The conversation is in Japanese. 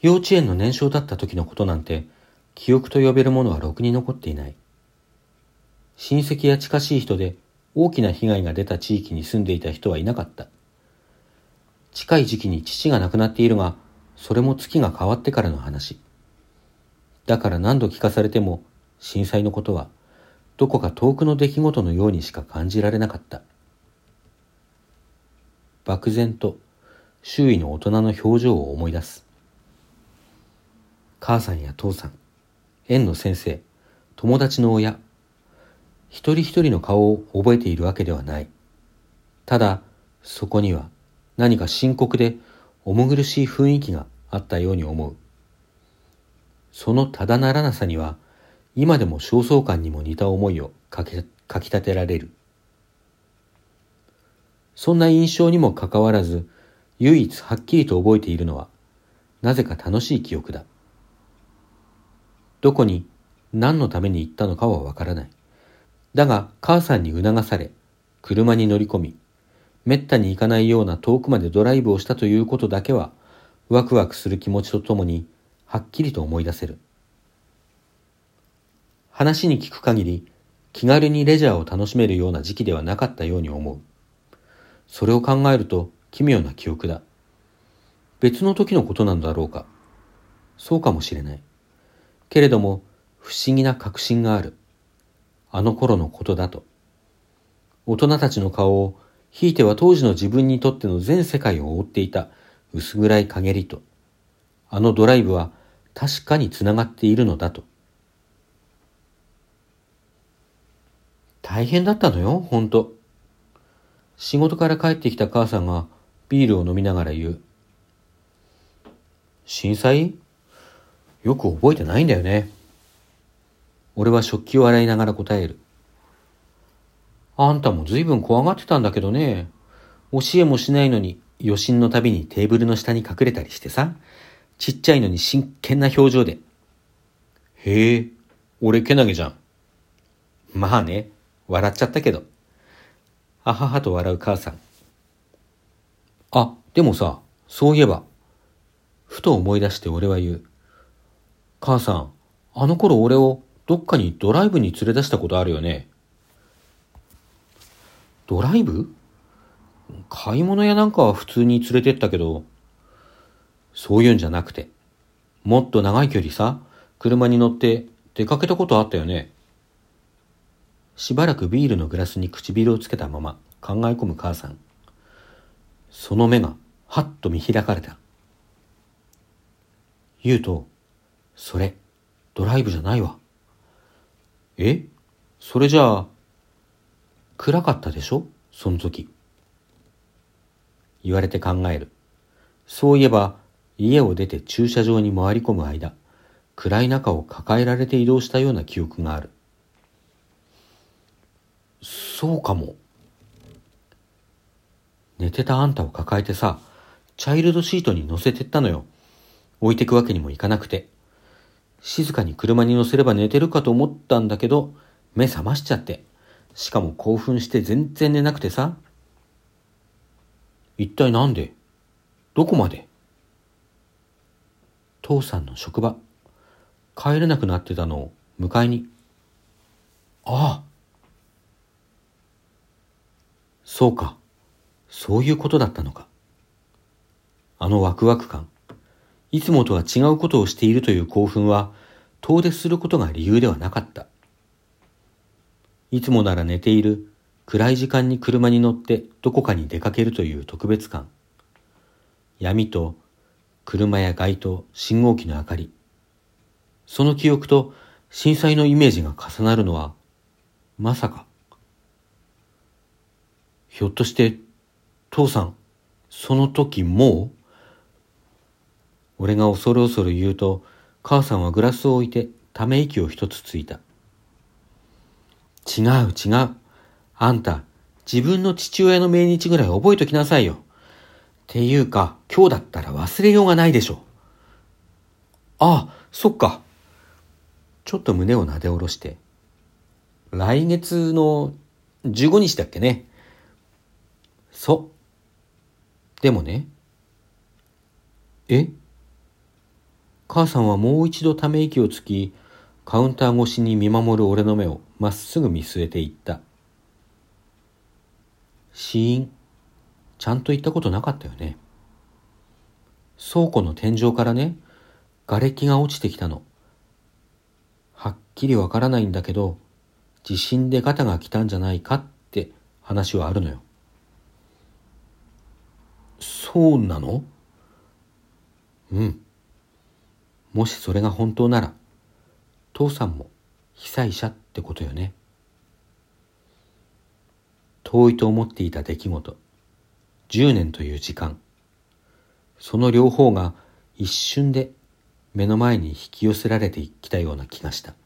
幼稚園の年少だった時のことなんて、記憶と呼べるものはろくに残っていない。親戚や近しい人で大きな被害が出た地域に住んでいた人はいなかった。近い時期に父が亡くなっているが、それも月が変わってからの話。だから何度聞かされても、震災のことは、どこか遠くの出来事のようにしか感じられなかった。漠然と、周囲の大人の表情を思い出す。母さんや父さん、園の先生、友達の親、一人一人の顔を覚えているわけではない。ただ、そこには何か深刻で重苦しい雰囲気があったように思う。そのただならなさには、今でも焦燥感にも似た思いをかき立てられる。そんな印象にもかかわらず、唯一はっきりと覚えているのは、なぜか楽しい記憶だ。どこに何のために行ったのかはわからない。だが母さんに促され、車に乗り込み、めったに行かないような遠くまでドライブをしたということだけは、ワクワクする気持ちとともに、はっきりと思い出せる。話に聞く限り、気軽にレジャーを楽しめるような時期ではなかったように思う。それを考えると奇妙な記憶だ。別の時のことなんだろうか。そうかもしれない。けれども、不思議な確信がある。あの頃のことだと。大人たちの顔を、ひいては当時の自分にとっての全世界を覆っていた薄暗い陰りと、あのドライブは確かにつながっているのだと。大変だったのよ、ほんと。仕事から帰ってきた母さんがビールを飲みながら言う。震災？よく覚えてないんだよね。俺は食器を洗いながら答える。あんたもずいぶん怖がってたんだけどね。教えもしないのに余震のたびにテーブルの下に隠れたりしてさ。ちっちゃいのに真剣な表情で。へえ、俺けなげじゃん。まあね、笑っちゃったけど。あははと笑う母さん。あ、でもさ、そういえば。ふと思い出して俺は言う。母さん、あの頃俺をどっかにドライブに連れ出したことあるよね。ドライブ？買い物やなんかは普通に連れてったけど、そういうんじゃなくて、もっと長い距離さ、車に乗って出かけたことあったよね。しばらくビールのグラスに唇をつけたまま考え込む母さん。その目がはっと見開かれた。言うと、それ、ドライブじゃないわ。え？それじゃあ、暗かったでしょ？その時。言われて考える。そういえば、家を出て駐車場に回り込む間、暗い中を抱えられて移動したような記憶がある。そうかも。寝てたあんたを抱えてさ、チャイルドシートに乗せてったのよ。置いてくわけにもいかなくて。静かに車に乗せれば寝てるかと思ったんだけど、目覚ましちゃって。しかも興奮して全然寝なくてさ。一体なんで？どこまで？父さんの職場。帰れなくなってたのを迎えに。ああ。そうか。そういうことだったのか。あのワクワク感。いつもとは違うことをしているという興奮は、遠出することが理由ではなかった。いつもなら寝ている暗い時間に車に乗ってどこかに出かけるという特別感。闇と車や街灯、信号機の明かり。その記憶と震災のイメージが重なるのは、まさか。ひょっとして、父さん、その時もう？俺が恐る恐る言うと、母さんはグラスを置いてため息を一つついた。違う違う。あんた、自分の父親の命日ぐらい覚えときなさいよ。っていうか、今日だったら忘れようがないでしょ。ああ、そっか。ちょっと胸をなで下ろして。来月の15日だっけね。そう。でもね。え？ 母さんはもう一度ため息をつき、カウンター越しに見守る俺の目をまっすぐ見据えていった。死因、ちゃんと言ったことなかったよね。倉庫の天井からね、瓦礫が落ちてきたの。はっきりわからないんだけど、地震でガタが来たんじゃないかって話はあるのよ。そうなの？うん。もしそれが本当なら、父さんも被災者ってことよね。遠いと思っていた出来事、10年という時間、その両方が一瞬で目の前に引き寄せられてきたような気がした。